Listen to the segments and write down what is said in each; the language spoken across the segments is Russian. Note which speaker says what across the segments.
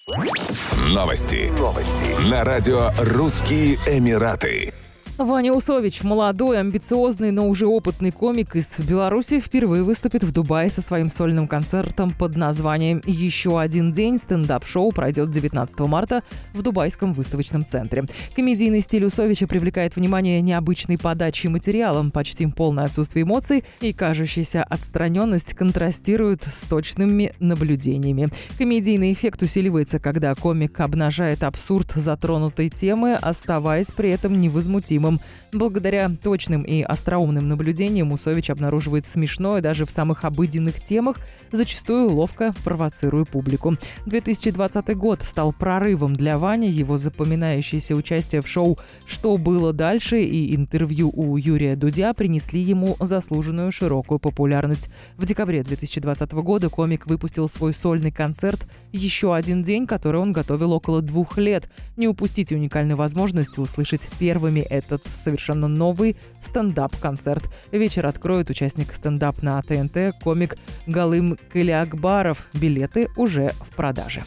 Speaker 1: Новости. На радио «Русские Эмираты».
Speaker 2: Ваня Усович, молодой, амбициозный, но уже опытный комик из Беларуси, впервые выступит в Дубае со своим сольным концертом под названием «Еще один день». Стендап-шоу пройдет 19 марта в Дубайском выставочном центре. Комедийный стиль Усовича привлекает внимание необычной подачей материала, почти полное отсутствие эмоций и кажущаяся отстраненность контрастируют с точными наблюдениями. Комедийный эффект усиливается, когда комик обнажает абсурд затронутой темы, оставаясь при этом невозмутимым. Благодаря точным и остроумным наблюдениям Усович обнаруживает смешное даже в самых обыденных темах, зачастую ловко провоцируя публику. 2020 год стал прорывом для Вани. Его запоминающееся участие в шоу «Что было дальше» и интервью у Юрия Дудя принесли ему заслуженную широкую популярность. В декабре 2020 года комик выпустил свой сольный концерт «Еще один день», который он готовил около 2 лет. Не упустите уникальную возможность услышать первыми этот совершенно новый стендап-концерт. Вечер откроет участник стендап на ТНТ комик Галым Кылиакбаров. Билеты уже в продаже.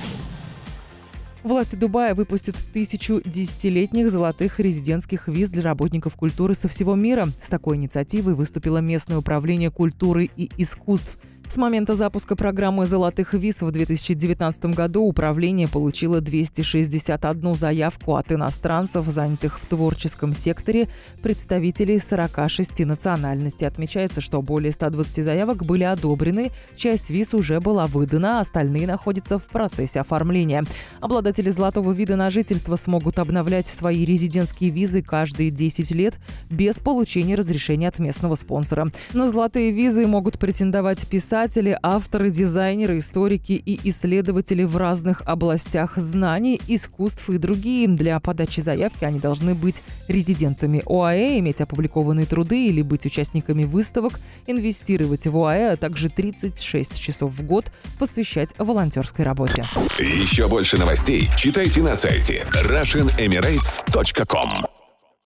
Speaker 2: Власти Дубая выпустят 1000 десятилетних золотых резидентских виз для работников культуры со всего мира. С такой инициативой выступило местное управление культуры и искусств. С момента запуска программы «Золотых виз» в 2019 году управление получило 261 заявку от иностранцев, занятых в творческом секторе, представителей 46 национальностей. Отмечается, что более 120 заявок были одобрены, часть виз уже была выдана, остальные находятся в процессе оформления. Обладатели золотого вида на жительство смогут обновлять свои резидентские визы каждые 10 лет без получения разрешения от местного спонсора. На золотые визы могут претендовать писатели, авторы, дизайнеры, историки и исследователи в разных областях знаний, искусств и другие. Для подачи заявки они должны быть резидентами ОАЭ, иметь опубликованные труды или быть участниками выставок, инвестировать в ОАЭ, а также 36 часов в год посвящать волонтерской работе.
Speaker 1: Еще больше новостей читайте на сайте RussianEmirates.com.